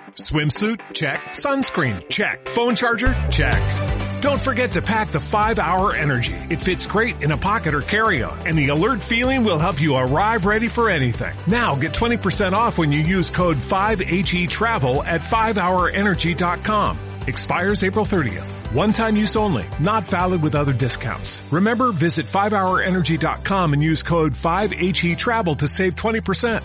Swimsuit? Check. Sunscreen? Check. Phone charger? Check. Don't forget to pack the 5-Hour Energy. It fits great in a pocket or carry-on, and the alert feeling will help you arrive ready for anything. Now get 20% off when you use code 5HETRAVEL at 5hourenergy.com. Expires April 30th. One-time use only. Not valid with other discounts. Remember, visit 5hourenergy.com and use code 5HETRAVEL to save 20%.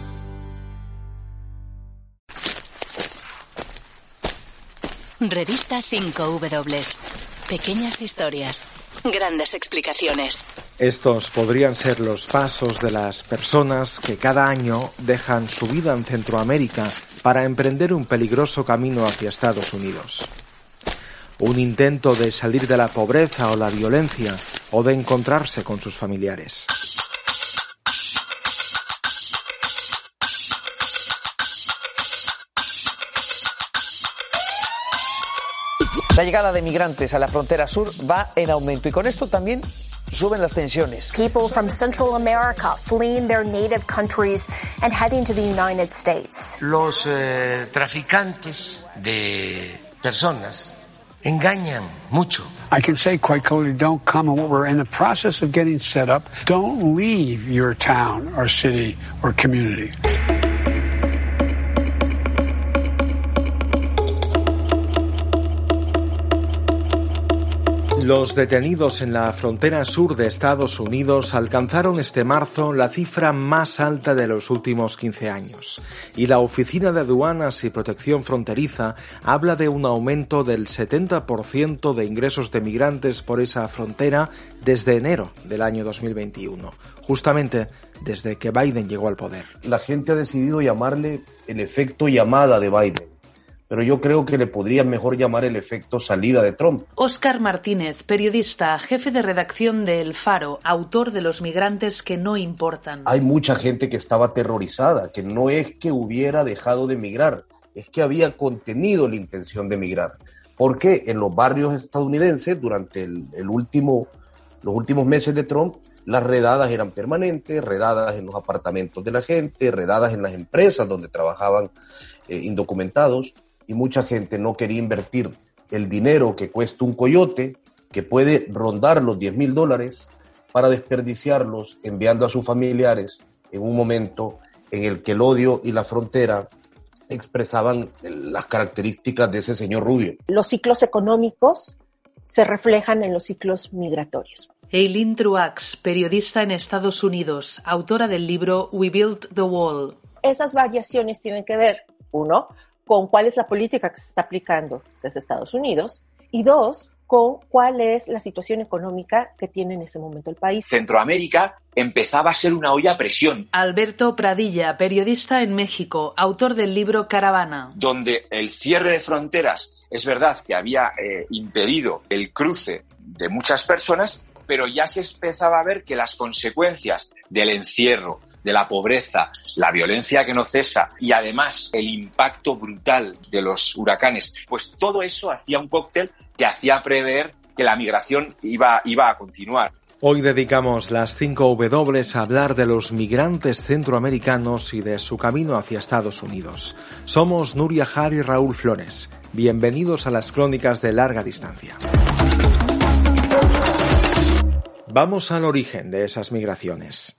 Revista 5W. Pequeñas historias, grandes explicaciones. Estos podrían ser los pasos de las personas que cada año dejan su vida en Centroamérica para emprender un peligroso camino hacia Estados Unidos. Un intento de salir de la pobreza o la violencia, o de encontrarse con sus familiares. La llegada de migrantes a la frontera sur va en aumento y con esto también suben las tensiones. People from Central America fleeing their native countries and heading to the United States. Los traficantes de personas engañan mucho. I can say quite clearly, don't come, and what we're in the process of getting set up, don't leave your town or city or community. Los detenidos en la frontera sur de Estados Unidos alcanzaron este marzo la cifra más alta de los últimos 15 años, y la Oficina de Aduanas y Protección Fronteriza habla de un aumento del 70% de ingresos de migrantes por esa frontera desde enero del año 2021, justamente desde que Biden llegó al poder. La gente ha decidido llamarle el efecto llamada de Biden, pero yo creo que le podrían mejor llamar el efecto salida de Trump. Óscar Martínez, periodista, jefe de redacción de El Faro, autor de Los migrantes que no importan. Hay mucha gente que estaba aterrorizada, que no es que hubiera dejado de migrar, es que había contenido la intención de migrar. Porque en los barrios estadounidenses, durante los últimos meses de Trump, las redadas eran permanentes, redadas en los apartamentos de la gente, redadas en las empresas donde trabajaban indocumentados. Y mucha gente no quería invertir el dinero que cuesta un coyote, que puede rondar los $10,000, para desperdiciarlos enviando a sus familiares en un momento en el que el odio y la frontera expresaban las características de ese señor rubio. Los ciclos económicos se reflejan en los ciclos migratorios. Eileen Truax, periodista en Estados Unidos, autora del libro We Built the Wall. Esas variaciones tienen que ver, uno, con cuál es la política que se está aplicando desde Estados Unidos, y dos, con cuál es la situación económica que tiene en ese momento el país. Centroamérica empezaba a ser una olla a presión. Alberto Pradilla, periodista en México, autor del libro Caravana. Donde el cierre de fronteras es verdad que había impedido el cruce de muchas personas, pero ya se empezaba a ver que las consecuencias del encierro, de la pobreza, la violencia que no cesa y además el impacto brutal de los huracanes, pues todo eso hacía un cóctel que hacía prever que la migración iba a continuar. Hoy dedicamos las 5 W a hablar de los migrantes centroamericanos y de su camino hacia Estados Unidos. Somos Nuria Jar y Raúl Flores. Bienvenidos a las crónicas de larga distancia. Vamos al origen de esas migraciones.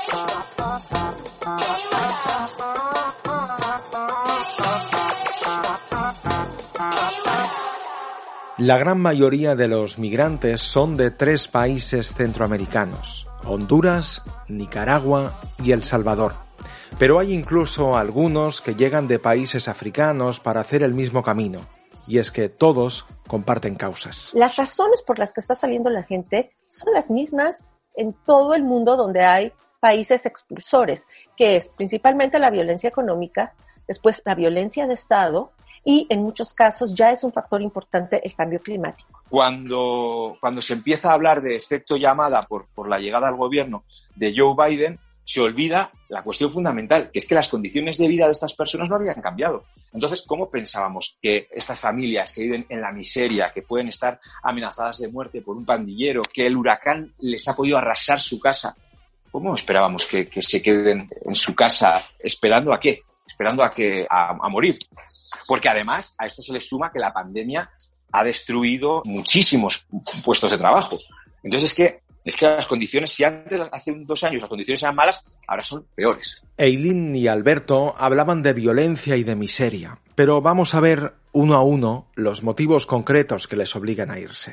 La gran mayoría de los migrantes son de 3 países centroamericanos: Honduras, Nicaragua y El Salvador. Pero hay incluso algunos que llegan de países africanos para hacer el mismo camino. Y es que todos comparten causas. Las razones por las que está saliendo la gente son las mismas en todo el mundo donde hay países expulsores, que es principalmente la violencia económica, después la violencia de Estado, y en muchos casos ya es un factor importante el cambio climático. Cuando se empieza a hablar de efecto llamada por la llegada al gobierno de Joe Biden, se olvida la cuestión fundamental, que es que las condiciones de vida de estas personas no habían cambiado. Entonces, ¿cómo pensábamos que estas familias que viven en la miseria, que pueden estar amenazadas de muerte por un pandillero, que el huracán les ha podido arrasar su casa, cómo esperábamos que se queden en su casa esperando a qué? esperando a morir. Porque además a esto se le suma que la pandemia ha destruido muchísimos puestos de trabajo. Entonces es que las condiciones, si antes, hace 2 años, las condiciones eran malas, ahora son peores. Eileen y Alberto hablaban de violencia y de miseria, pero vamos a ver uno a uno los motivos concretos que les obligan a irse.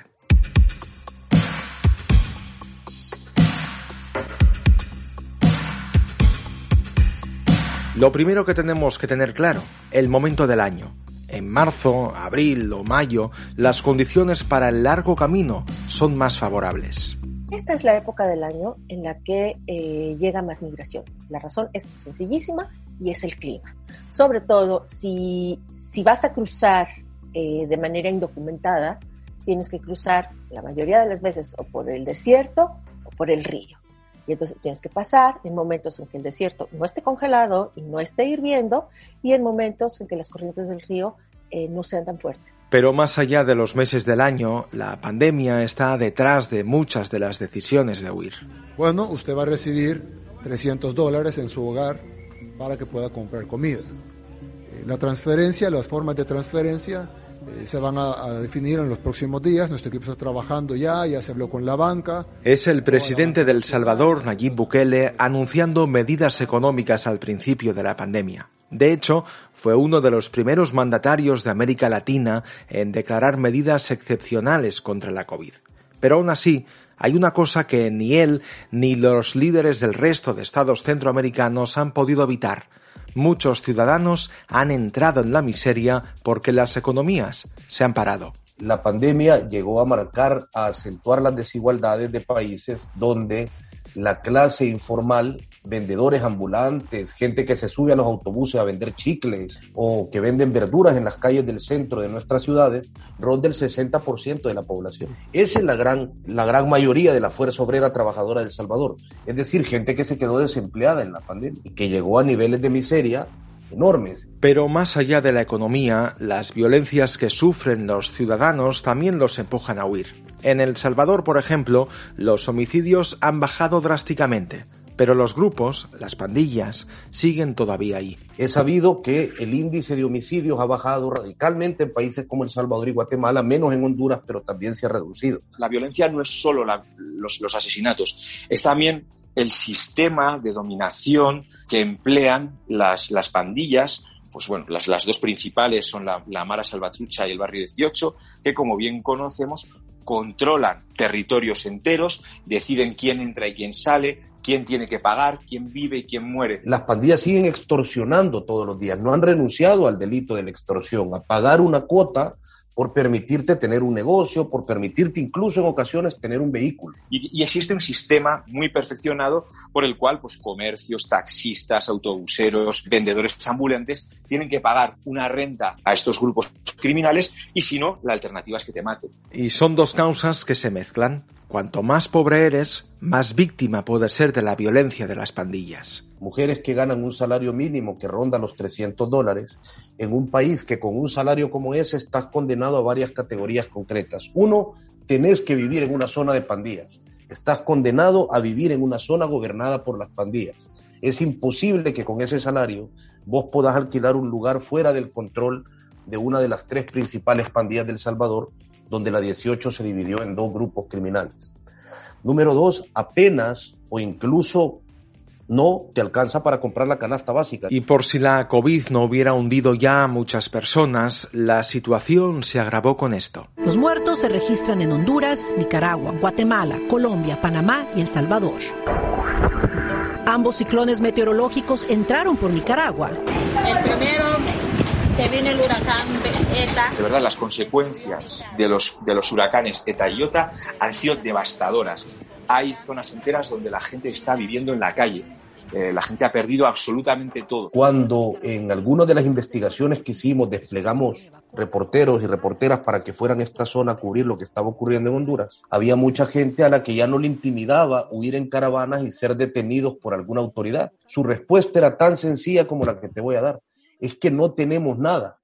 Lo primero que tenemos que tener claro, el momento del año. En marzo, abril o mayo, las condiciones para el largo camino son más favorables. Esta es la época del año en la que llega más migración. La razón es sencillísima y es el clima. Sobre todo, si vas a cruzar de manera indocumentada, tienes que cruzar la mayoría de las veces o por el desierto o por el río. Y entonces tienes que pasar en momentos en que el desierto no esté congelado y no esté hirviendo, y en momentos en que las corrientes del río no sean tan fuertes. Pero más allá de los meses del año, la pandemia está detrás de muchas de las decisiones de huir. Bueno, usted va a recibir $300 en su hogar para que pueda comprar comida. La transferencia, las formas de transferencia se van a definir en los próximos días. Nuestro equipo está trabajando ya se habló con la banca. Es el presidente de El Salvador, Nayib Bukele, anunciando medidas económicas al principio de la pandemia. De hecho, fue uno de los primeros mandatarios de América Latina en declarar medidas excepcionales contra la COVID. Pero aún así, hay una cosa que ni él ni los líderes del resto de estados centroamericanos han podido evitar. Muchos ciudadanos han entrado en la miseria porque las economías se han parado. La pandemia llegó a acentuar las desigualdades de países donde la clase informal, vendedores ambulantes, gente que se sube a los autobuses a vender chicles o que venden verduras en las calles del centro de nuestras ciudades, ronda el 60% de la población. Esa es la gran mayoría de la fuerza obrera trabajadora de El Salvador. Es decir, gente que se quedó desempleada en la pandemia y que llegó a niveles de miseria enormes. Pero más allá de la economía, las violencias que sufren los ciudadanos también los empujan a huir. En El Salvador, por ejemplo, los homicidios han bajado drásticamente, pero los grupos, las pandillas, siguen todavía ahí. He sabido que el índice de homicidios ha bajado radicalmente en países como El Salvador y Guatemala, menos en Honduras, pero también se ha reducido. La violencia no es solo los asesinatos, es también el sistema de dominación que emplean las pandillas. Pues bueno, las dos principales son la Mara Salvatrucha y el Barrio 18, que como bien conocemos controlan territorios enteros, deciden quién entra y quién sale, quién tiene que pagar, quién vive y quién muere. Las pandillas siguen extorsionando todos los días, no han renunciado al delito de la extorsión, a pagar una cuota por permitirte tener un negocio, por permitirte incluso en ocasiones tener un vehículo. Y existe un sistema muy perfeccionado por el cual pues, comercios, taxistas, autobuseros, vendedores ambulantes tienen que pagar una renta a estos grupos criminales y si no, la alternativa es que te maten. Y son dos causas que se mezclan. Cuanto más pobre eres, más víctima puedes ser de la violencia de las pandillas. Mujeres que ganan un salario mínimo que ronda los $300, en un país que con un salario como ese estás condenado a varias categorías concretas. Uno, tenés que vivir en una zona de pandillas. Estás condenado a vivir en una zona gobernada por las pandillas. Es imposible que con ese salario vos puedas alquilar un lugar fuera del control de una de las 3 principales pandillas de El Salvador, donde la 18 se dividió en 2 grupos criminales. Número 2, apenas o incluso no te alcanza para comprar la canasta básica. Y por si la COVID no hubiera hundido ya a muchas personas, la situación se agravó con esto. Los muertos se registran en Honduras, Nicaragua, Guatemala, Colombia, Panamá y El Salvador. Ambos ciclones meteorológicos entraron por Nicaragua. El primero que viene el huracán ETA. De verdad, las consecuencias de los huracanes ETA y IOTA han sido devastadoras. Hay zonas enteras donde la gente está viviendo en la calle. La gente ha perdido absolutamente todo. Cuando en algunas de las investigaciones que hicimos desplegamos reporteros y reporteras para que fueran a esta zona a cubrir lo que estaba ocurriendo en Honduras, había mucha gente a la que ya no le intimidaba huir en caravanas y ser detenidos por alguna autoridad. Su respuesta era tan sencilla como la que te voy a dar. Es que no tenemos nada.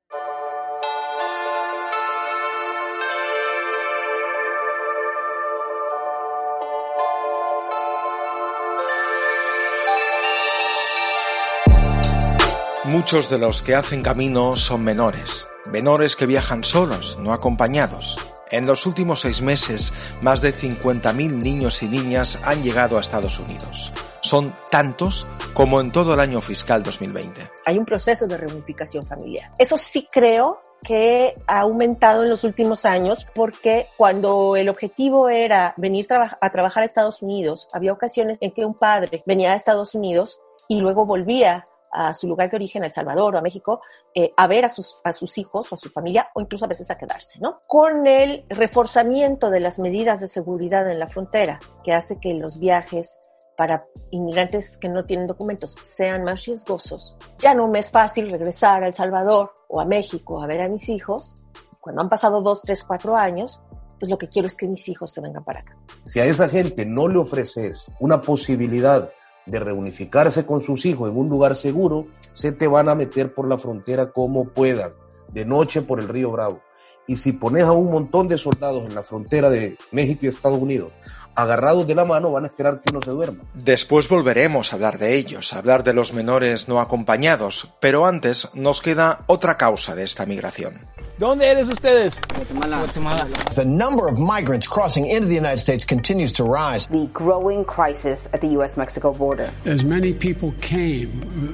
Muchos de los que hacen camino son menores que viajan solos, no acompañados. En los últimos 6 meses, más de 50.000 niños y niñas han llegado a Estados Unidos. Son tantos como en todo el año fiscal 2020. Hay un proceso de reunificación familiar. Eso sí creo que ha aumentado en los últimos años, porque cuando el objetivo era venir a trabajar a Estados Unidos, había ocasiones en que un padre venía a Estados Unidos y luego volvía a su lugar de origen, a El Salvador o a México, a ver a sus hijos o a su familia, o incluso a veces a quedarse, ¿no? Con el reforzamiento de las medidas de seguridad en la frontera, que hace que los viajes para inmigrantes que no tienen documentos sean más riesgosos, ya no me es fácil regresar a El Salvador o a México a ver a mis hijos. Cuando han pasado 2, 3, 4 años, pues lo que quiero es que mis hijos se vengan para acá. Si a esa gente no le ofreces una posibilidad de reunificarse con sus hijos en un lugar seguro, se te van a meter por la frontera como puedan, de noche por el Río Bravo. Y si pones a un montón de soldados en la frontera de México y Estados Unidos, agarrados de la mano, van a esperar que uno se duerma. Después volveremos a hablar de ellos, a hablar de los menores no acompañados, pero antes nos queda otra causa de esta migración. ¿Dónde eres ustedes? Guatemala. The number of migrants crossing into the United States continues to rise. The growing crisis at the U.S.-Mexico border. As many people came,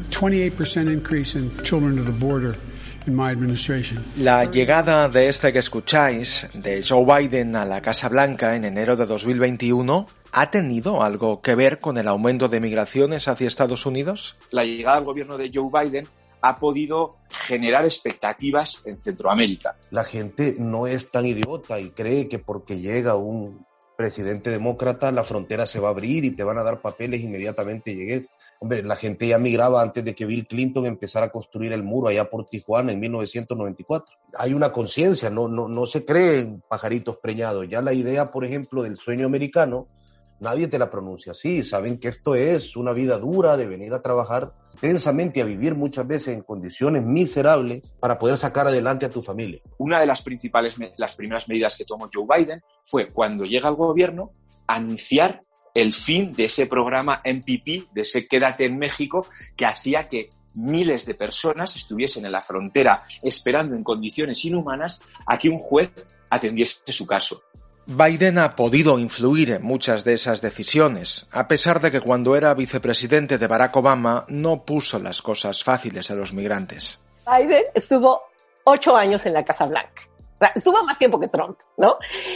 28% increase in children to the border in my administration. La llegada de este que escucháis, de Joe Biden a la Casa Blanca en enero de 2021, ¿ha tenido algo que ver con el aumento de migraciones hacia Estados Unidos? La llegada al gobierno de Joe Biden ha podido generar expectativas en Centroamérica. La gente no es tan idiota y cree que porque llega un presidente demócrata la frontera se va a abrir y te van a dar papeles inmediatamente llegues. Hombre, la gente ya migraba antes de que Bill Clinton empezara a construir el muro allá por Tijuana en 1994. Hay una conciencia, no se creen pajaritos preñados. Ya la idea, por ejemplo, del sueño americano, nadie te la pronuncia así. Saben que esto es una vida dura de venir a trabajar intensamente, a vivir muchas veces en condiciones miserables para poder sacar adelante a tu familia. Una de las primeras medidas que tomó Joe Biden fue, cuando llega al gobierno, anunciar el fin de ese programa MPP, de ese Quédate en México, que hacía que miles de personas estuviesen en la frontera esperando en condiciones inhumanas a que un juez atendiese su caso. Biden ha podido influir en muchas de esas decisiones, a pesar de que cuando era vicepresidente de Barack Obama no puso las cosas fáciles a los migrantes. Biden estuvo 8 años en la Casa Blanca. O sea, estuvo más tiempo que Trump, ¿no?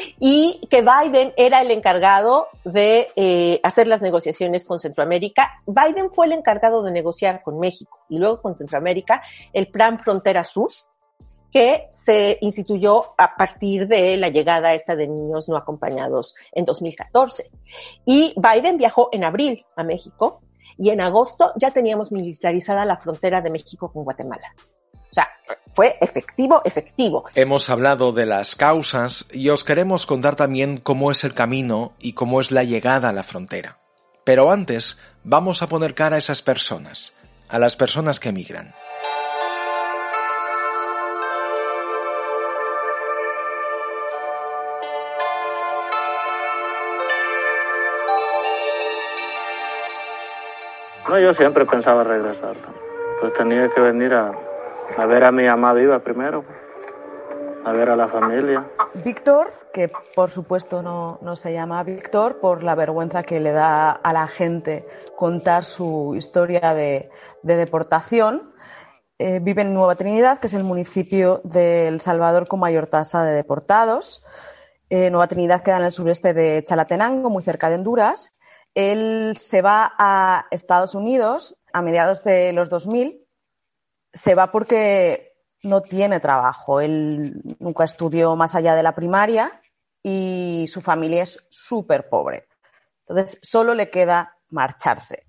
Y que Biden era el encargado de hacer las negociaciones con Centroamérica. Biden fue el encargado de negociar con México y luego con Centroamérica el Plan Frontera Sur, que se instituyó a partir de la llegada esta de niños no acompañados en 2014. Y Biden viajó en abril a México y en agosto ya teníamos militarizada la frontera de México con Guatemala. O sea, fue efectivo. Hemos hablado de las causas y os queremos contar también cómo es el camino y cómo es la llegada a la frontera. Pero antes, vamos a poner cara a esas personas, a las personas que emigran. No, yo siempre pensaba regresar. Pues tenía que venir a ver a mi mamá viva primero, a ver a la familia. Víctor, que por supuesto no se llama Víctor por la vergüenza que le da a la gente contar su historia de deportación, vive en Nueva Trinidad, que es el municipio de El Salvador con mayor tasa de deportados. Nueva Trinidad queda en el sureste de Chalatenango, muy cerca de Honduras. Él se va a Estados Unidos a mediados de los 2000. Se va porque no tiene trabajo. Él nunca estudió más allá de la primaria y su familia es súper pobre. Entonces, solo le queda marcharse.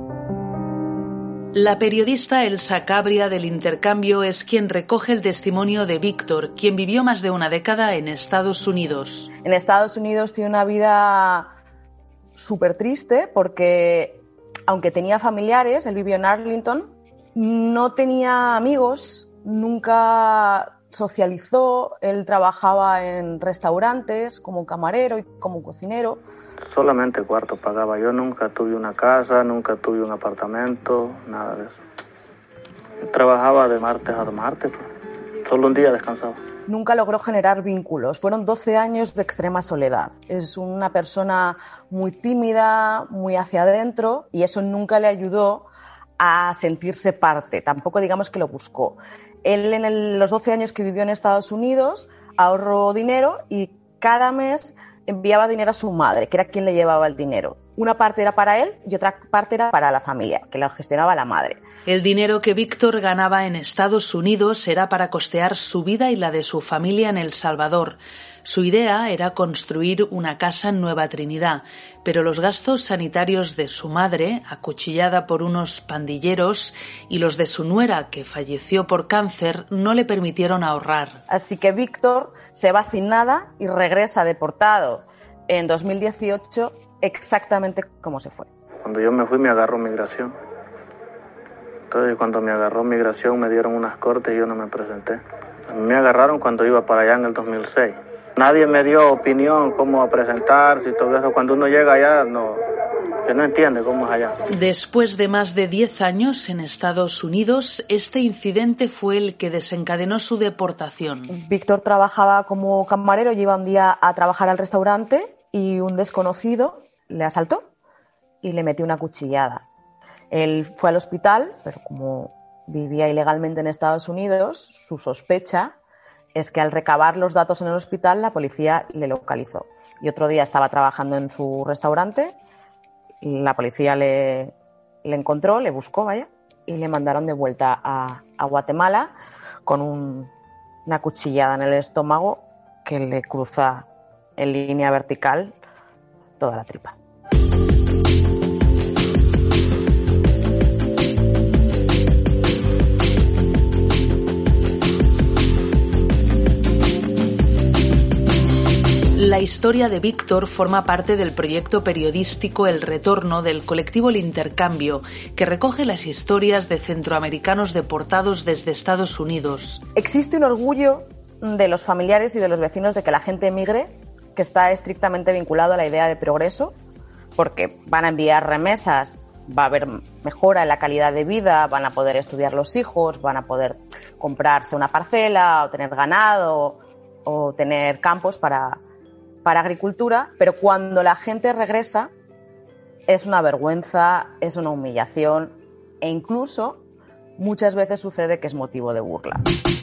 La periodista Elsa Cabria del Intercambio es quien recoge el testimonio de Víctor, quien vivió más de una década en Estados Unidos. En Estados Unidos tiene una vida súper triste porque, aunque tenía familiares, él vivió en Arlington, no tenía amigos, nunca socializó, él trabajaba en restaurantes como camarero y como cocinero. Solamente cuarto pagaba, yo nunca tuve una casa, nunca tuve un apartamento, nada de eso. Trabajaba de martes a martes, pues. Solo un día descansaba. Nunca logró generar vínculos. Fueron 12 años de extrema soledad. Es una persona muy tímida, muy hacia adentro, y eso nunca le ayudó a sentirse parte. Tampoco digamos que lo buscó. Él en los 12 años que vivió en Estados Unidos ahorró dinero y cada mes enviaba dinero a su madre, que era quien le llevaba el dinero. Una parte era para él y otra parte era para la familia, que la gestionaba la madre. El dinero que Víctor ganaba en Estados Unidos era para costear su vida y la de su familia en El Salvador. Su idea era construir una casa en Nueva Trinidad, pero los gastos sanitarios de su madre, acuchillada por unos pandilleros, y los de su nuera, que falleció por cáncer, no le permitieron ahorrar. Así que Víctor se va sin nada y regresa deportado en 2018 exactamente como se fue. Cuando yo me fui me agarró migración. Entonces cuando me agarró migración me dieron unas cortes y yo no me presenté. Me agarraron cuando iba para allá en el 2006. Nadie me dio opinión cómo presentarse y todo eso. Cuando uno llega allá que no entiende cómo es allá. Después de más de 10 años en Estados Unidos, este incidente fue el que desencadenó su deportación. Víctor trabajaba como camarero y iba un día a trabajar al restaurante y un desconocido le asaltó y le metió una cuchillada. Él fue al hospital, pero como vivía ilegalmente en Estados Unidos, su sospecha es que al recabar los datos en el hospital la policía le localizó. Y otro día estaba trabajando en su restaurante, la policía le encontró, le buscó, y le mandaron de vuelta a Guatemala con una cuchillada en el estómago que le cruza en línea vertical toda la tripa. La historia de Víctor forma parte del proyecto periodístico El Retorno del colectivo El Intercambio, que recoge las historias de centroamericanos deportados desde Estados Unidos. Existe un orgullo de los familiares y de los vecinos de que la gente emigre, que está estrictamente vinculado a la idea de progreso, porque van a enviar remesas, va a haber mejora en la calidad de vida, van a poder estudiar los hijos, van a poder comprarse una parcela o tener ganado o tener campos para agricultura, pero cuando la gente regresa es una vergüenza, es una humillación e incluso muchas veces sucede que es motivo de burla.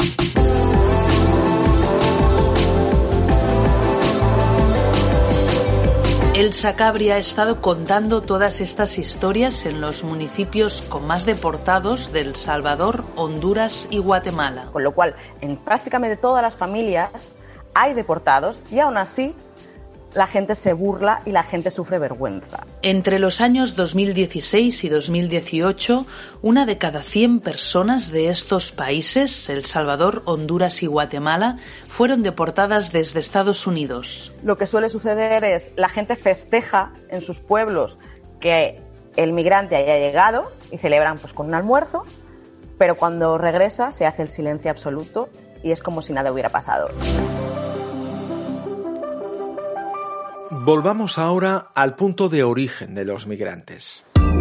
Elsa Cabri ha estado contando todas estas historias en los municipios con más deportados de El Salvador, Honduras y Guatemala. Con lo cual, en prácticamente todas las familias hay deportados y aún así la gente se burla y la gente sufre vergüenza. Entre los años 2016 y 2018, 1 de cada 100 personas de estos países, El Salvador, Honduras y Guatemala, fueron deportadas desde Estados Unidos. Lo que suele suceder es la gente festeja en sus pueblos que el migrante haya llegado y celebran pues con un almuerzo, pero cuando regresa se hace el silencio absoluto y es como si nada hubiera pasado. Volvamos ahora al punto de origen de los migrantes.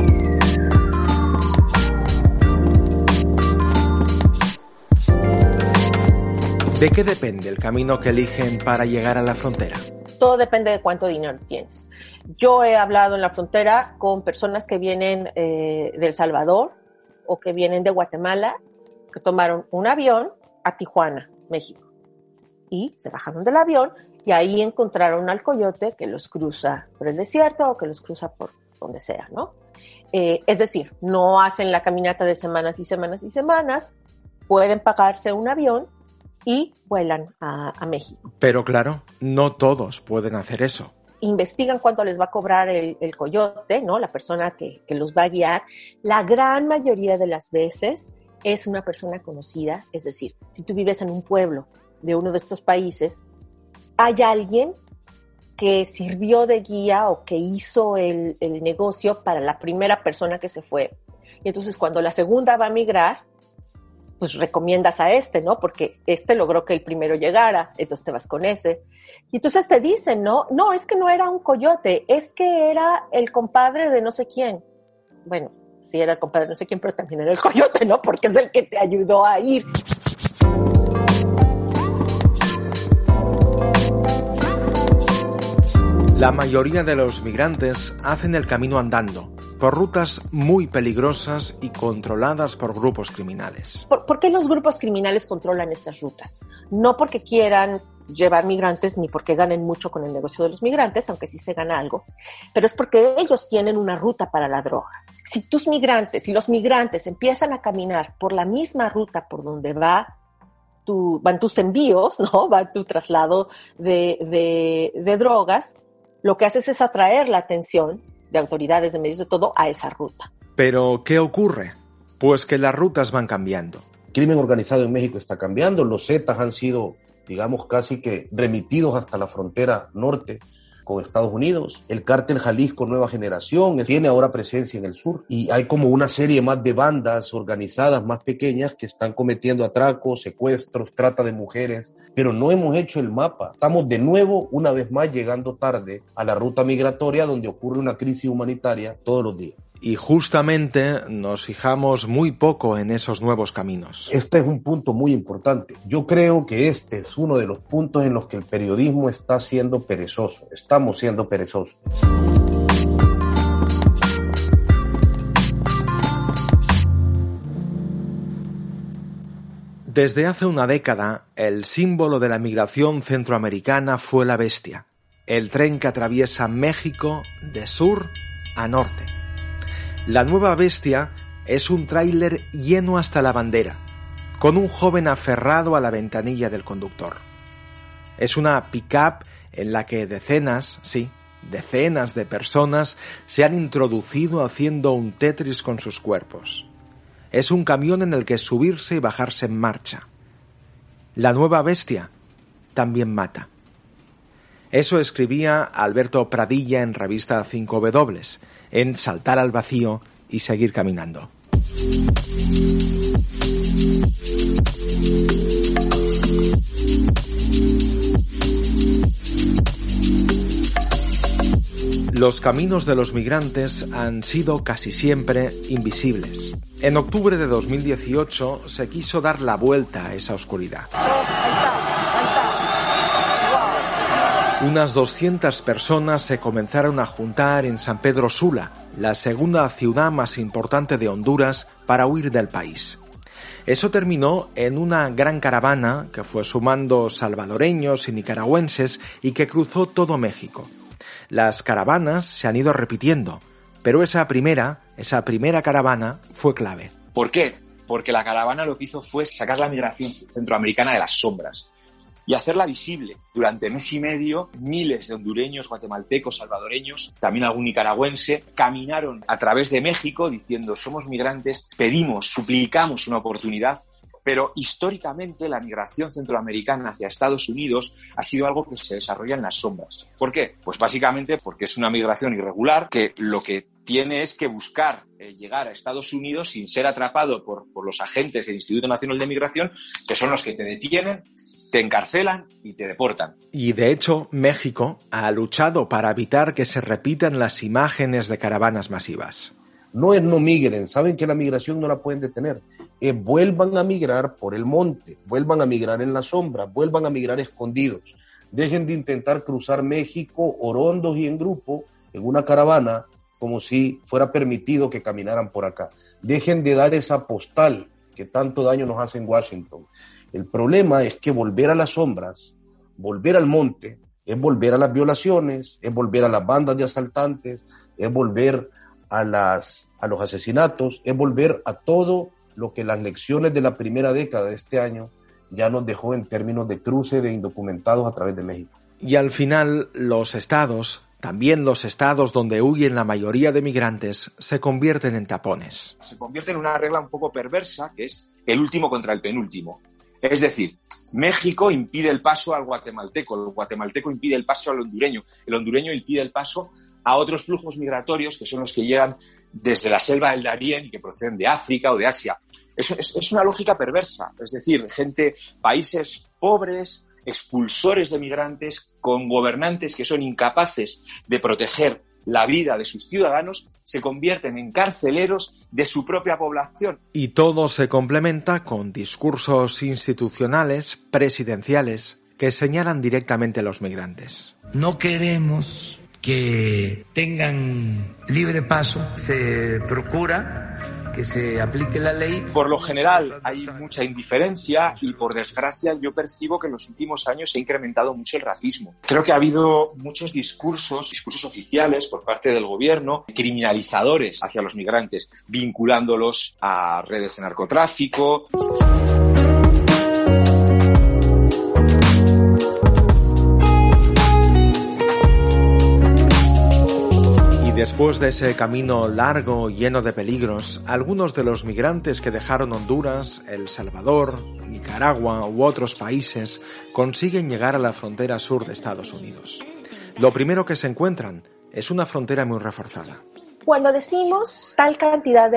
¿De qué depende el camino que eligen para llegar a la frontera? Todo depende de cuánto dinero tienes. Yo he hablado en la frontera con personas que vienen de El Salvador o que vienen de Guatemala, que tomaron un avión a Tijuana, México, y se bajaron del avión y ahí encontraron al coyote que los cruza por el desierto o que los cruza por donde sea, ¿no? Es decir, no hacen la caminata de semanas y semanas y semanas, pueden pagarse un avión y vuelan a México. Pero claro, no todos pueden hacer eso. Investigan cuánto les va a cobrar el coyote, ¿no? La persona que los va a guiar. La gran mayoría de las veces es una persona conocida, es decir, si tú vives en un pueblo de uno de estos países, hay alguien que sirvió de guía o que hizo el negocio para la primera persona que se fue. Y entonces cuando la segunda va a migrar, pues recomiendas a ¿no? Porque logró que el primero llegara, entonces te vas con ese. Y entonces te dicen, no, es que no era un coyote, es que era el compadre de no sé quién. Bueno, sí era el compadre no sé quién, pero también era el coyote, ¿no? Porque es el que te ayudó a ir. La mayoría de los migrantes hacen el camino andando, por rutas muy peligrosas y controladas por grupos criminales. ¿Por qué los grupos criminales controlan estas rutas? No porque quieran llevar migrantes ni porque ganen mucho con el negocio de los migrantes, aunque sí se gana algo, pero es porque ellos tienen una ruta para la droga. Si los migrantes empiezan a caminar por la misma ruta por donde van tus envíos, ¿no? Va tu traslado de drogas, lo que haces es atraer la atención de autoridades, de medios, de todo, a esa ruta. Pero, ¿qué ocurre? Pues que las rutas van cambiando. El crimen organizado en México está cambiando, los Zetas han sido, digamos, casi que remitidos hasta la frontera norte con Estados Unidos. El cártel Jalisco Nueva Generación tiene ahora presencia en el sur y hay como una serie más de bandas organizadas más pequeñas que están cometiendo atracos, secuestros, trata de mujeres, pero no hemos hecho el mapa. Estamos de nuevo, una vez más, llegando tarde a la ruta migratoria donde ocurre una crisis humanitaria todos los días. Y justamente nos fijamos muy poco en esos nuevos caminos. Este es un punto muy importante. Yo creo que este es uno de los puntos en los que el periodismo está siendo perezoso. Estamos siendo perezosos. Desde hace una década, el símbolo de la migración centroamericana fue la Bestia, el tren que atraviesa México de sur a norte. La nueva Bestia es un tráiler lleno hasta la bandera, con un joven aferrado a la ventanilla del conductor. Es una pick-up en la que decenas de personas se han introducido haciendo un Tetris con sus cuerpos. Es un camión en el que subirse y bajarse en marcha. La nueva Bestia también mata. Eso escribía Alberto Pradilla en revista 5W, en Saltar al vacío y seguir caminando. Los caminos de los migrantes han sido casi siempre invisibles. En octubre de 2018 se quiso dar la vuelta a esa oscuridad. Unas 200 personas se comenzaron a juntar en San Pedro Sula, la segunda ciudad más importante de Honduras, para huir del país. Eso terminó en una gran caravana que fue sumando salvadoreños y nicaragüenses y que cruzó todo México. Las caravanas se han ido repitiendo, pero esa primera caravana fue clave. ¿Por qué? Porque la caravana lo que hizo fue sacar la migración centroamericana de las sombras y hacerla visible. Durante mes y medio, miles de hondureños, guatemaltecos, salvadoreños, también algún nicaragüense, caminaron a través de México diciendo: somos migrantes, pedimos, suplicamos una oportunidad. Pero históricamente la migración centroamericana hacia Estados Unidos ha sido algo que se desarrolla en las sombras. ¿Por qué? Pues básicamente porque es una migración irregular que lo que tiene es que buscar llegar a Estados Unidos sin ser atrapado por los agentes del Instituto Nacional de Migración, que son los que te detienen, te encarcelan y te deportan. Y de hecho, México ha luchado para evitar que se repitan las imágenes de caravanas masivas. No es no migren, saben que la migración no la pueden detener. Vuelvan a migrar por el monte, vuelvan a migrar en la sombra, vuelvan a migrar escondidos. Dejen de intentar cruzar México orondos y en grupo, en una caravana, como si fuera permitido que caminaran por acá. Dejen de dar esa postal que tanto daño nos hace en Washington. El problema es que volver a las sombras, volver al monte, es volver a las violaciones, es volver a las bandas de asaltantes, es volver a los asesinatos, es volver a todo lo que las lecciones de la primera década de este año ya nos dejó en términos de cruce de indocumentados a través de México. Y al final, los estados, también los estados donde huyen la mayoría de migrantes, se convierten en tapones. Se convierte en una regla un poco perversa, que es el último contra el penúltimo. Es decir, México impide el paso al guatemalteco, el guatemalteco impide el paso al hondureño, el hondureño impide el paso a otros flujos migratorios que son los que llegan desde la selva del Darién y que proceden de África o de Asia. Es una lógica perversa, es decir, países pobres, expulsores de migrantes, con gobernantes que son incapaces de proteger la vida de sus ciudadanos, se convierten en carceleros de su propia población. Y todo se complementa con discursos institucionales, presidenciales, que señalan directamente a los migrantes. No queremos que tengan libre paso. Se procura que se aplique la ley. Por lo general hay mucha indiferencia y, por desgracia, yo percibo que en los últimos años se ha incrementado mucho el racismo. Creo que ha habido muchos discursos oficiales por parte del gobierno, criminalizadores hacia los migrantes, vinculándolos a redes de narcotráfico. Después de ese camino largo, lleno de peligros, algunos de los migrantes que dejaron Honduras, El Salvador, Nicaragua u otros países consiguen llegar a la frontera sur de Estados Unidos. Lo primero que se encuentran es una frontera muy reforzada. Cuando decimos tal cantidad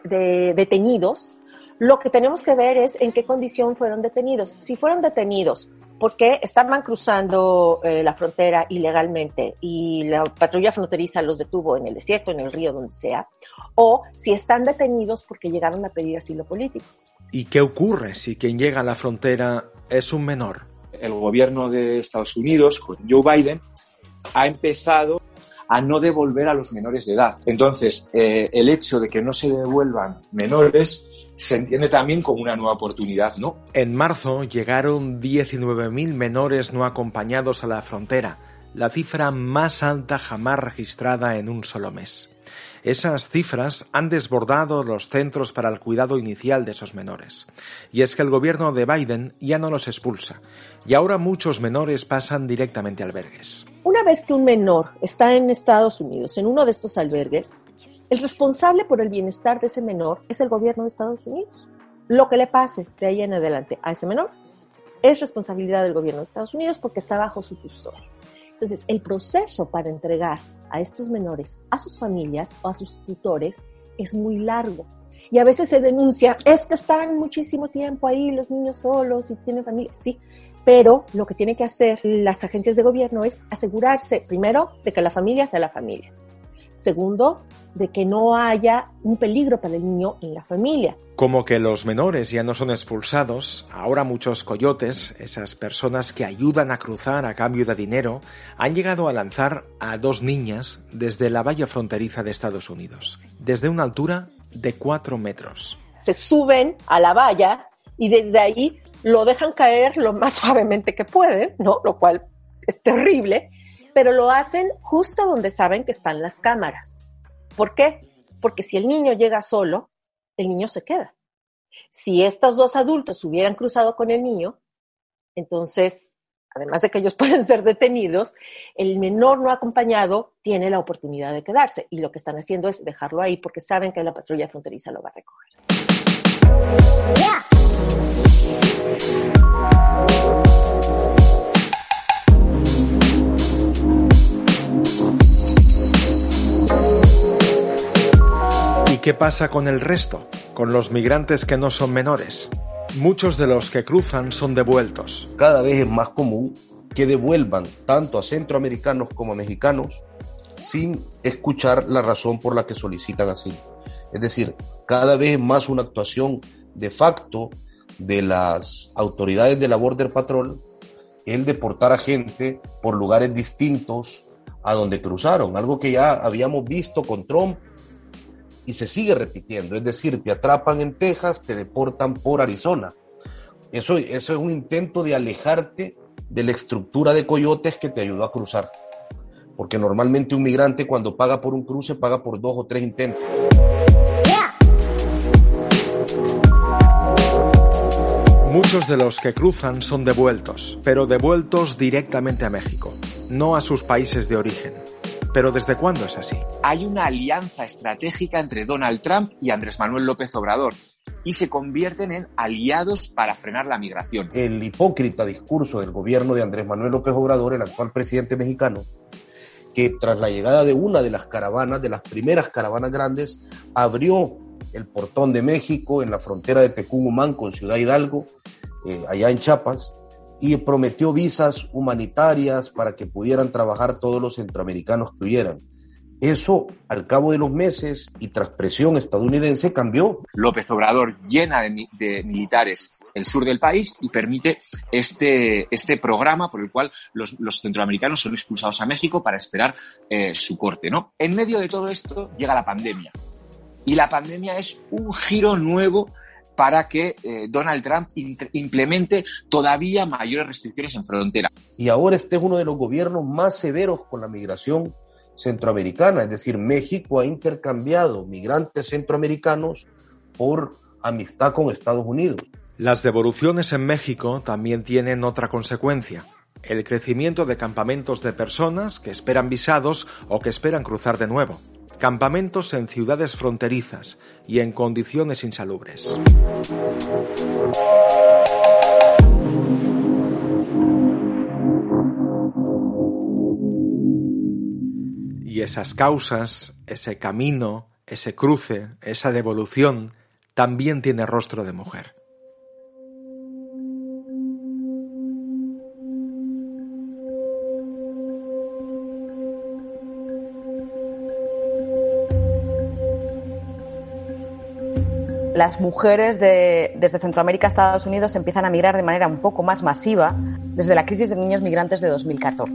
de detenidos, lo que tenemos que ver es en qué condición fueron detenidos. Si fueron detenidos porque estaban cruzando la frontera ilegalmente y la patrulla fronteriza los detuvo en el desierto, en el río, donde sea, o si están detenidos porque llegaron a pedir asilo político. ¿Y qué ocurre si quien llega a la frontera es un menor? El gobierno de Estados Unidos, con Joe Biden, ha empezado a no devolver a los menores de edad. Entonces, el hecho de que no se devuelvan menores se entiende también como una nueva oportunidad, ¿no? En marzo llegaron 19.000 menores no acompañados a la frontera, la cifra más alta jamás registrada en un solo mes. Esas cifras han desbordado los centros para el cuidado inicial de esos menores. Y es que el gobierno de Biden ya no los expulsa, y ahora muchos menores pasan directamente a albergues. Una vez que un menor está en Estados Unidos, en uno de estos albergues, el responsable por el bienestar de ese menor es el gobierno de Estados Unidos. Lo que le pase de ahí en adelante a ese menor es responsabilidad del gobierno de Estados Unidos porque está bajo su custodia. Entonces, el proceso para entregar a estos menores a sus familias o a sus tutores es muy largo. Y a veces se denuncia, es que están muchísimo tiempo ahí los niños solos y tienen familia. Sí, pero lo que tienen que hacer las agencias de gobierno es asegurarse, primero, de que la familia sea la familia. Segundo, de que no haya un peligro para el niño en la familia. Como que los menores ya no son expulsados, ahora muchos coyotes, esas personas que ayudan a cruzar a cambio de dinero, han llegado a lanzar a 2 niñas desde la valla fronteriza de Estados Unidos, desde una altura de 4 metros. Se suben a la valla y desde ahí lo dejan caer lo más suavemente que pueden, ¿no? Lo cual es terrible, pero lo hacen justo donde saben que están las cámaras. ¿Por qué? Porque si el niño llega solo, el niño se queda. Si estos 2 adultos hubieran cruzado con el niño, entonces, además de que ellos pueden ser detenidos, el menor no acompañado tiene la oportunidad de quedarse. Y lo que están haciendo es dejarlo ahí porque saben que la patrulla fronteriza lo va a recoger. ¿Y qué pasa con el resto? Con los migrantes que no son menores. Muchos de los que cruzan son devueltos. Cada vez es más común que devuelvan tanto a centroamericanos como a mexicanos sin escuchar la razón por la que solicitan asilo. Es decir, cada vez es más una actuación de facto de las autoridades de la Border Patrol el deportar a gente por lugares distintos a donde cruzaron, algo que ya habíamos visto con Trump y se sigue repitiendo, es decir, te atrapan en Texas, te deportan por Arizona. Eso es un intento de alejarte de la estructura de coyotes que te ayudó a cruzar, porque normalmente un migrante cuando paga por un cruce paga por 2 o 3 intentos. Muchos de los que cruzan son devueltos, pero devueltos directamente a México, no a sus países de origen. ¿Pero desde cuándo es así? Hay una alianza estratégica entre Donald Trump y Andrés Manuel López Obrador y se convierten en aliados para frenar la migración. El hipócrita discurso del gobierno de Andrés Manuel López Obrador, el actual presidente mexicano, que tras la llegada de una de las caravanas, de las primeras caravanas grandes, abrió el portón de México en la frontera de Tecún-Humán con Ciudad Hidalgo, allá en Chiapas, y prometió visas humanitarias para que pudieran trabajar todos los centroamericanos que hubieran. Eso, al cabo de los meses y tras presión estadounidense, cambió. López Obrador llena de militares el sur del país y permite este programa por el cual los centroamericanos son expulsados a México para esperar su corte, ¿no? En medio de todo esto llega la pandemia. Y la pandemia es un giro nuevo para que Donald Trump implemente todavía mayores restricciones en frontera. Y ahora este es uno de los gobiernos más severos con la migración centroamericana, es decir, México ha intercambiado migrantes centroamericanos por amistad con Estados Unidos. Las devoluciones en México también tienen otra consecuencia: el crecimiento de campamentos de personas que esperan visados o que esperan cruzar de nuevo. Campamentos en ciudades fronterizas y en condiciones insalubres. Y esas causas, ese camino, ese cruce, esa devolución, también tiene rostro de mujer. Las mujeres desde Centroamérica a Estados Unidos empiezan a migrar de manera un poco más masiva desde la crisis de niños migrantes de 2014.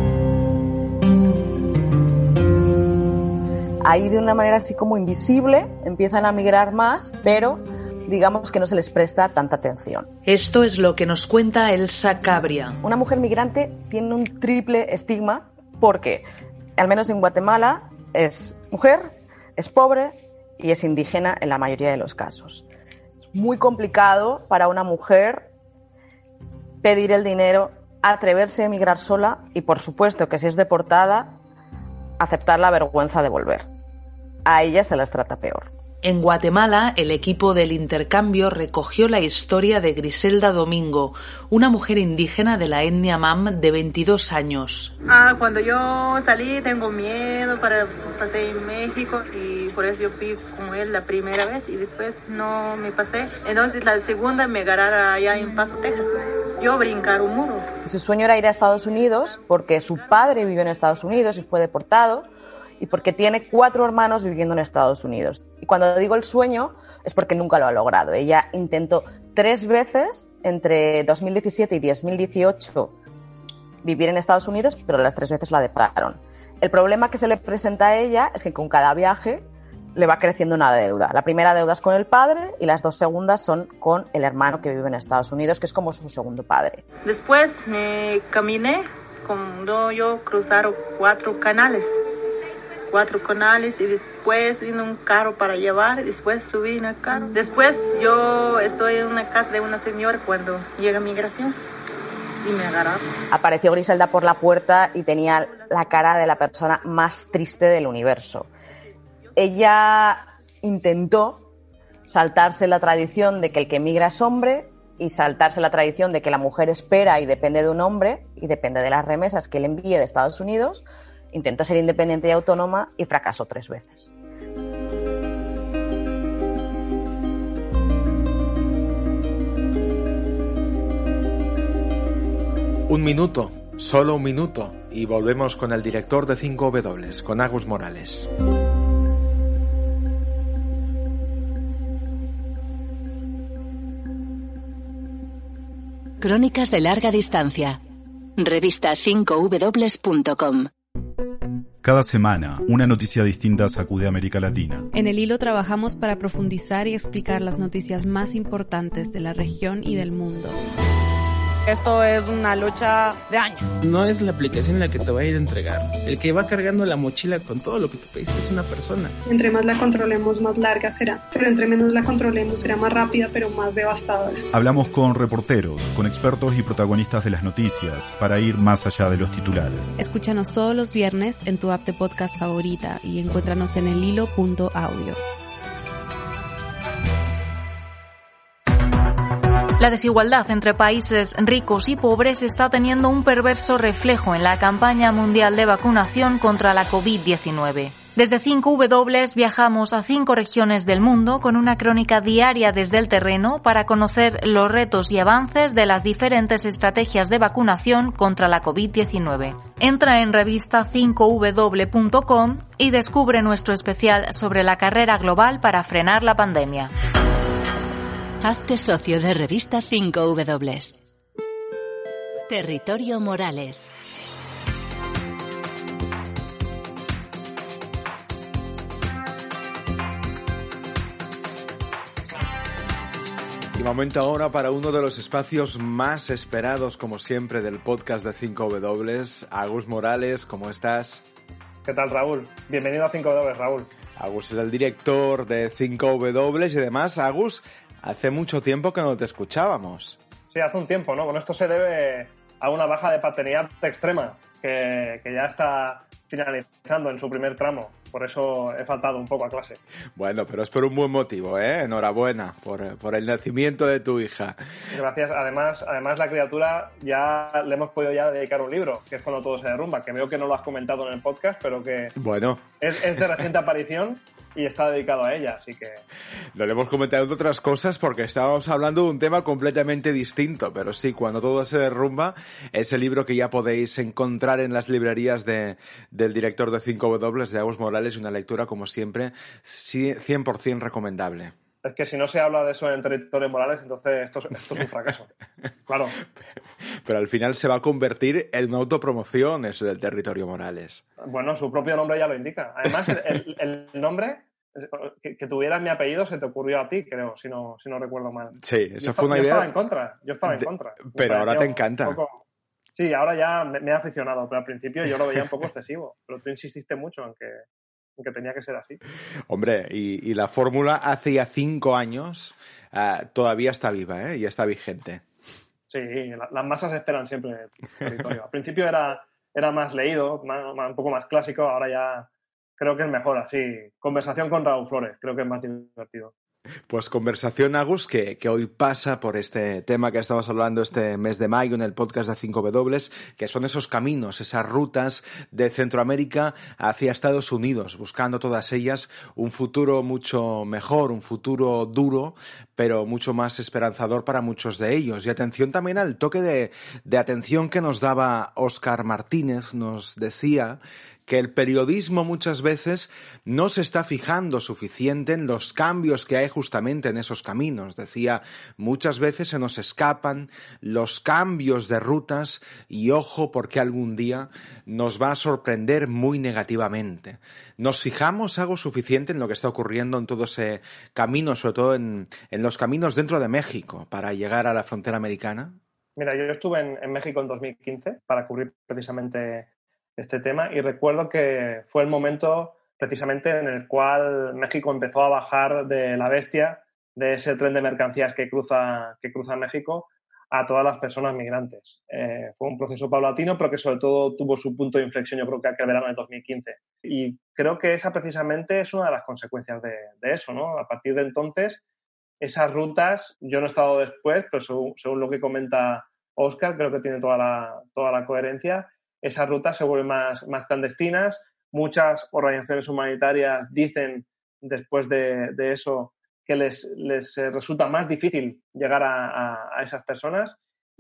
Ahí, de una manera así como invisible, empiezan a migrar más, pero digamos que no se les presta tanta atención. Esto es lo que nos cuenta Elsa Cabria. Una mujer migrante tiene un triple estigma porque, al menos en Guatemala, es mujer, es pobre y es indígena en la mayoría de los casos. Es muy complicado para una mujer pedir el dinero, atreverse a emigrar sola y, por supuesto, que si es deportada, aceptar la vergüenza de volver. A ella se las trata peor. En Guatemala, el equipo del intercambio recogió la historia de Griselda Domingo, una mujer indígena de la etnia Mam de 22 años. Cuando yo salí tengo miedo para pasar en México y por eso yo fui con él la primera vez y después no me pasé. Entonces la segunda me agarraron allá en Paso, Texas. Yo brincar un muro. Su sueño era ir a Estados Unidos porque su padre vivió en Estados Unidos y fue deportado, y porque tiene 4 hermanos viviendo en Estados Unidos. Y cuando digo el sueño es porque nunca lo ha logrado. Ella intentó 3 veces entre 2017 y 2018 vivir en Estados Unidos, pero las 3 veces la deportaron. El problema que se le presenta a ella es que con cada viaje le va creciendo una deuda. La primera deuda es con el padre y las 2 segundas son con el hermano que vive en Estados Unidos, que es como su segundo padre. Después me caminé, cuando yo cruzaron 4 canales y después vino un carro para llevar, y después subí en el carro. Después yo estoy en una casa de una señora cuando llega migración y me agarraron. Apareció Griselda por la puerta y tenía la cara de la persona más triste del universo. Ella intentó saltarse la tradición de que el que migra es hombre y saltarse la tradición de que la mujer espera y depende de un hombre y depende de las remesas que él envíe de Estados Unidos. Intentó ser independiente y autónoma y fracasó 3 veces. Un minuto, solo un minuto, y volvemos con el director de 5W, con Agus Morales. Crónicas de larga distancia. Revista 5W.com. Cada semana, una noticia distinta sacude a América Latina. En El Hilo trabajamos para profundizar y explicar las noticias más importantes de la región y del mundo. Esto es una lucha de años. No es la aplicación la que te va a ir a entregar. El que va cargando la mochila con todo lo que tú pediste es una persona. Entre más la controlemos, más larga será. Pero entre menos la controlemos, será más rápida, pero más devastadora. Hablamos con reporteros, con expertos y protagonistas de las noticias, para ir más allá de los titulares. Escúchanos todos los viernes en tu app de podcast favorita y encuéntranos en elhilo.audio. La desigualdad entre países ricos y pobres está teniendo un perverso reflejo en la campaña mundial de vacunación contra la COVID-19. Desde 5W viajamos a 5 regiones del mundo con una crónica diaria desde el terreno para conocer los retos y avances de las diferentes estrategias de vacunación contra la COVID-19. Entra en revista5w.com y descubre nuestro especial sobre la carrera global para frenar la pandemia. Hazte socio de Revista 5W. Territorio Morales. Y momento ahora para uno de los espacios más esperados, como siempre, del podcast de 5W. Agus Morales, ¿cómo estás? ¿Qué tal, Raúl? Bienvenido a 5W, Raúl. Agus es el director de 5W y además, Agus, hace mucho tiempo que no te escuchábamos. Sí, hace un tiempo, ¿no? Bueno, esto se debe a una baja de paternidad extrema que ya está finalizando en su primer tramo. Por eso he faltado un poco a clase. Bueno, pero es por un buen motivo, ¿eh? Enhorabuena por el nacimiento de tu hija. Gracias. Además la criatura ya le hemos podido ya dedicar un libro, que es Cuando todo se derrumba, que veo que no lo has comentado en el podcast, pero que bueno, es de reciente aparición y está dedicado a ella, así que... No le hemos comentado de otras cosas porque estábamos hablando de un tema completamente distinto, pero sí, Cuando todo se derrumba, es el libro que ya podéis encontrar en las librerías del director de 5W, de Agus Morales, y una lectura, como siempre, 100% recomendable. Es que si no se habla de eso en Territorio Morales, entonces esto es un fracaso. Claro. Pero al final se va a convertir en una autopromoción eso del Territorio Morales. Bueno, su propio nombre ya lo indica. Además, el nombre... Que tuvieras mi apellido se te ocurrió a ti, creo, si no recuerdo mal. Sí, esa fue una idea. Yo estaba en contra. Pero ahora te encanta. Sí, ahora ya me he aficionado, pero al principio yo lo veía un poco excesivo. Pero tú insististe mucho en que tenía que ser así. Hombre, y la fórmula hace ya 5 años todavía está viva, y está vigente. Sí, las masas esperan siempre el territorio. Al principio era más leído, un poco más clásico, ahora ya... Creo que es mejor así. Conversación con Raúl Flores. Creo que es más divertido. Pues conversación, Agus, que hoy pasa por este tema que estamos hablando este mes de mayo en el podcast de 5W, que son esos caminos, esas rutas de Centroamérica hacia Estados Unidos, buscando todas ellas un futuro mucho mejor, un futuro duro, pero mucho más esperanzador para muchos de ellos. Y atención también al toque de atención que nos daba Óscar Martínez, nos decía que el periodismo muchas veces no se está fijando suficiente en los cambios que hay justamente en esos caminos. Decía, muchas veces se nos escapan los cambios de rutas y ojo porque algún día nos va a sorprender muy negativamente. ¿Nos fijamos algo suficiente en lo que está ocurriendo en todo ese camino, sobre todo en los caminos dentro de México para llegar a la frontera americana? Mira, yo estuve en México en 2015 para cubrir precisamente este tema y recuerdo que fue el momento precisamente en el cual México empezó a bajar de la bestia, de ese tren de mercancías que cruza México, a todas las personas migrantes. Fue un proceso paulatino, pero que sobre todo tuvo su punto de inflexión, yo creo que aquel verano del 2015. Y creo que esa precisamente es una de las consecuencias de eso, ¿no? A partir de entonces, esas rutas, yo no he estado después, pero según lo que comenta Óscar, creo que tiene toda la coherencia. Esas rutas se vuelven más clandestinas. Muchas organizaciones humanitarias dicen después de eso que les resulta más difícil llegar a esas personas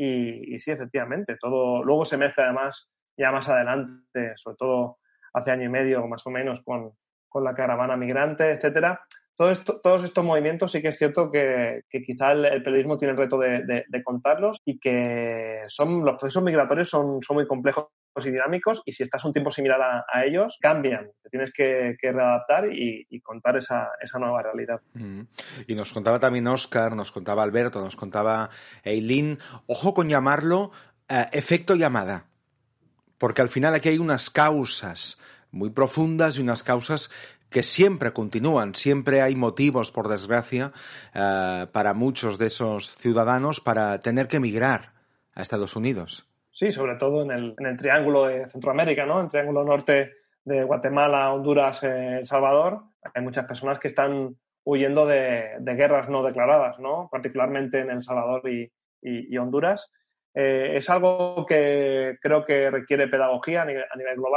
y sí, efectivamente, todo luego se mezcla además ya más adelante, sobre todo hace año y medio más o menos con la caravana migrante, etcétera. Todos estos movimientos sí que es cierto que quizá el periodismo tiene el reto de contarlos y que los procesos migratorios son muy complejos y dinámicos y si estás un tiempo similar a ellos, cambian. Te tienes que readaptar y contar esa nueva realidad. Y nos contaba también Óscar, nos contaba Alberto, nos contaba Eileen. Ojo con llamarlo efecto llamada, porque al final aquí hay unas causas muy profundas y unas causas que siempre continúan, siempre hay motivos, por desgracia, para muchos de esos ciudadanos para tener que emigrar a Estados Unidos. Sí, sobre todo en el triángulo de Centroamérica, ¿no? En el triángulo norte de Guatemala, Honduras, El Salvador. Hay muchas personas que están huyendo de guerras no declaradas, ¿no? Particularmente en El Salvador y Honduras. Es algo que creo que requiere pedagogía a nivel global,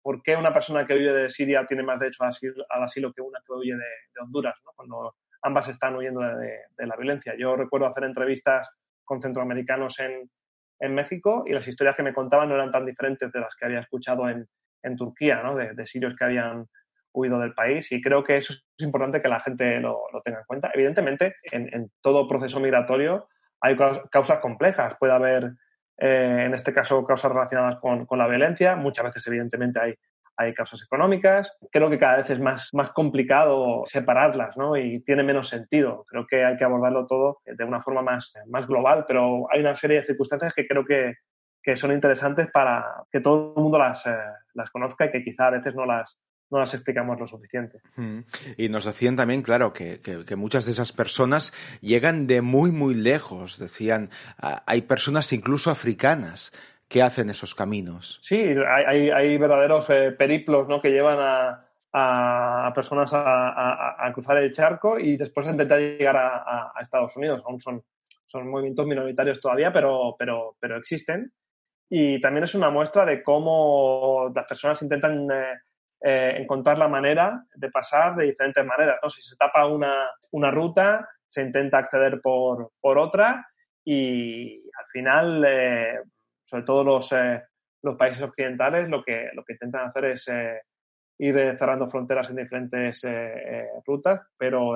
¿por qué una persona que huye de Siria tiene más derecho al asilo que una que huye de Honduras, ¿no? Cuando ambas están huyendo de la violencia? Yo recuerdo hacer entrevistas con centroamericanos en México y las historias que me contaban no eran tan diferentes de las que había escuchado en Turquía, ¿no? De sirios que habían huido del país, y creo que eso es importante que la gente lo tenga en cuenta. Evidentemente, en todo proceso migratorio hay causas complejas. Puede haber, en este caso, causas relacionadas con la violencia. Muchas veces, evidentemente, hay causas económicas. Creo que cada vez es más complicado separarlas, ¿no? Y tiene menos sentido. Creo que hay que abordarlo todo de una forma más global, pero hay una serie de circunstancias que creo que son interesantes para que todo el mundo las conozca y que quizá a veces no las explicamos lo suficiente. Y nos decían también, claro, que muchas de esas personas llegan de muy, muy lejos. Decían, hay personas incluso africanas que hacen esos caminos. Sí, hay verdaderos periplos, ¿no? Que llevan a personas a cruzar el charco y después a intentar llegar a Estados Unidos. Aún son movimientos minoritarios todavía, pero existen. Y también es una muestra de cómo las personas intentan encontrar la manera de pasar de diferentes maneras, ¿no? Si se tapa una ruta, se intenta acceder por otra, y al final, sobre todo los países occidentales, lo que intentan hacer es ir cerrando fronteras en diferentes rutas, pero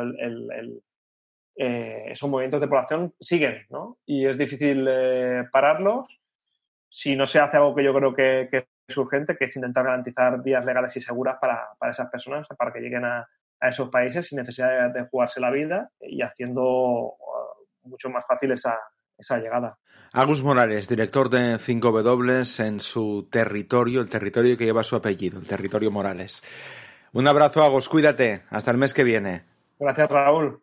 esos movimientos de población siguen, ¿no? Y es difícil pararlos si no se hace algo que yo creo que es urgente, que es intentar garantizar vías legales y seguras para esas personas, para que lleguen a esos países sin necesidad de jugarse la vida y haciendo mucho más fácil esa llegada. Agus Morales, director de 5W en su territorio, el territorio que lleva su apellido, el territorio Morales. Un abrazo, Agus, cuídate. Hasta el mes que viene. Gracias, Raúl.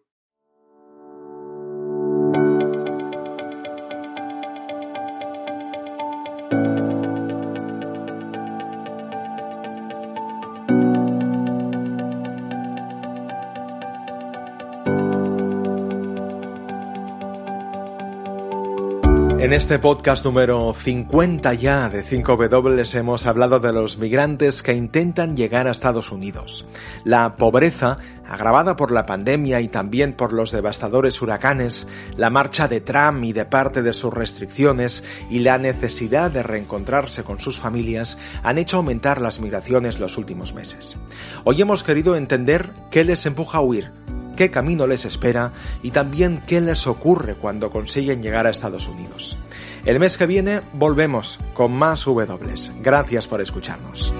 En este podcast número 50 ya de 5W hemos hablado de los migrantes que intentan llegar a Estados Unidos. La pobreza, agravada por la pandemia y también por los devastadores huracanes, la marcha de Trump y de parte de sus restricciones y la necesidad de reencontrarse con sus familias han hecho aumentar las migraciones los últimos meses. Hoy hemos querido entender qué les empuja a huir, qué camino les espera y también qué les ocurre cuando consiguen llegar a Estados Unidos. El mes que viene volvemos con más W. Gracias por escucharnos.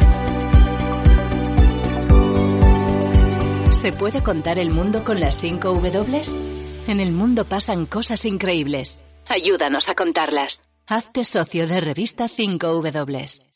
¿Se puede contar el mundo con las 5 W? En el mundo pasan cosas increíbles. Ayúdanos a contarlas. Hazte socio de Revista 5W.